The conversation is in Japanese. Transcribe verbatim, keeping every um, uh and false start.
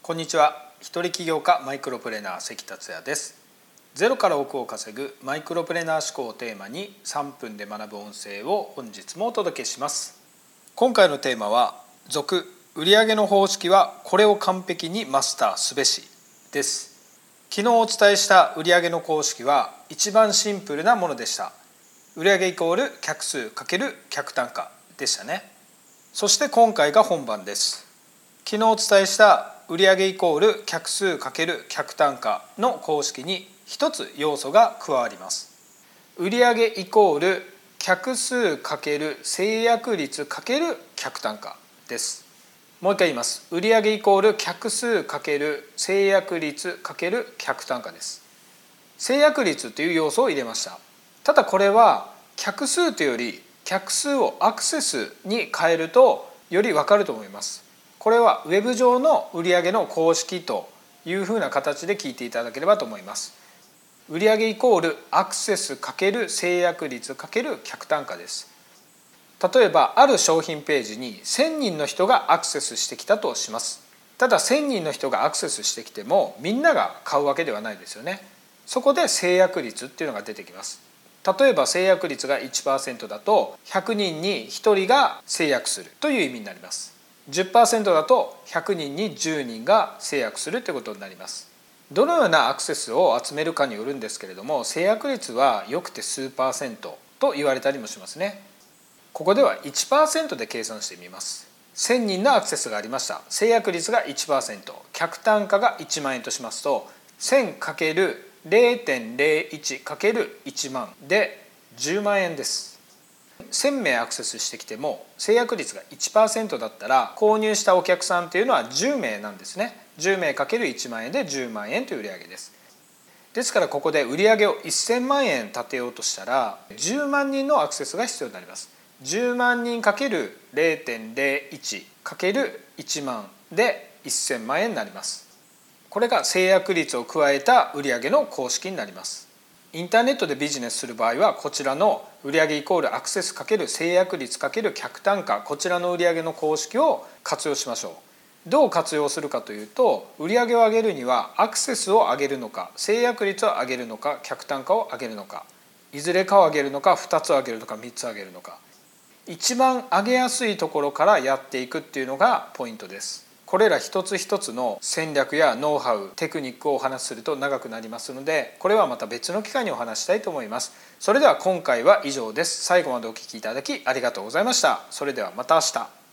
こんにちは。一人起業家マイクロプレーナー関達也です。ゼロから億を稼ぐマイクロプレーナー思考をテーマにさんぷんで学ぶ音声を本日もお届けします。今回のテーマは続売上の方式はこれを完璧にマスターすべしです。昨日お伝えした売上の公式は一番シンプルなものでした。売上イコール客数×客単価でしたね。そして今回が本番です。昨日お伝えした売上イコール客数×客単価の公式に一つ要素が加わります。売上イコール客数×制約率×客単価です。もう一回言います。売上イコール客数×制約率×客単価です。制約率という要素を入れました。ただこれは客数というより客数をアクセスに変えるとより分かると思います。これはウェブ上の売上の公式というふうな形で聞いていただければと思います。売上イコールアクセス×制約率×客単価です。例えばある商品ページにせんにんの人がアクセスしてきたとします。ただせんにんの人がアクセスしてきてもみんなが買うわけではないですよね。そこで制約率っていうのが出てきます。例えば制約率が いちパーセント だとひゃくにんにひとりが制約するという意味になります。じゅっパーセント だとひゃくにんにじゅうにんが制約するということになります。どのようなアクセスを集めるかによるんですけれども、制約率はよくて数パーセントと言われたりもしますね。ここでは いちパーセント で計算してみます。せんにんのアクセスがありました。制約率が いちパーセント、客単価がいちまんえんとしますと せんかけるゼロてんゼロいちかけるいちまんでじゅうまんえんです。せんめいアクセスしてきても制約率が いちパーセント だったら購入したお客さんというのはじゅうめいなんですね。じゅうめいかけるいちまんえんでじゅうまんえんという売上です。ですからここで売上をせんまんえん立てようとしたらじゅうまんにんのアクセスが必要になります。じゅうまんにん ×ゼロてんゼロいち ×いちまんでせんまんえんになります。これが制約率を加えた売上の公式になります。インターネットでビジネスする場合はこちらの売上イコールアクセス×制約率×客単価、こちらの売上の公式を活用しましょう。どう活用するかというと、売上を上げるにはアクセスを上げるのか、制約率を上げるのか、客単価を上げるのか、いずれかを上げるのか、ふたつ上げるのか、みっつ上げるのか、一番上げやすいところからやっていくっていうのがポイントです。これら一つ一つの戦略やノウハウ、テクニックをお話しすると長くなりますので、これはまた別の機会にお話したいと思います。それでは今回は以上です。最後までお聞きいただきありがとうございました。それではまた明日。